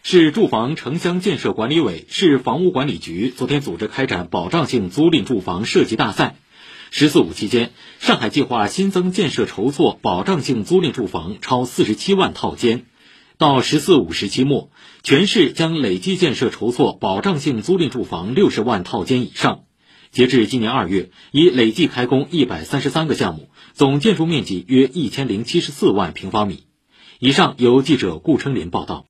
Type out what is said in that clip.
市住房城乡建设管理委、市房屋管理局昨天组织开展保障性租赁住房设计大赛。“14·5”期间，上海计划新增建设筹措保障性租赁住房超47万套间。到“14·5”时期末，全市将累计建设筹措保障性租赁住房60万套间以上。截至今年2月，已累计开工133个项目，总建筑面积约1074万平方米。以上由记者顾春林报道。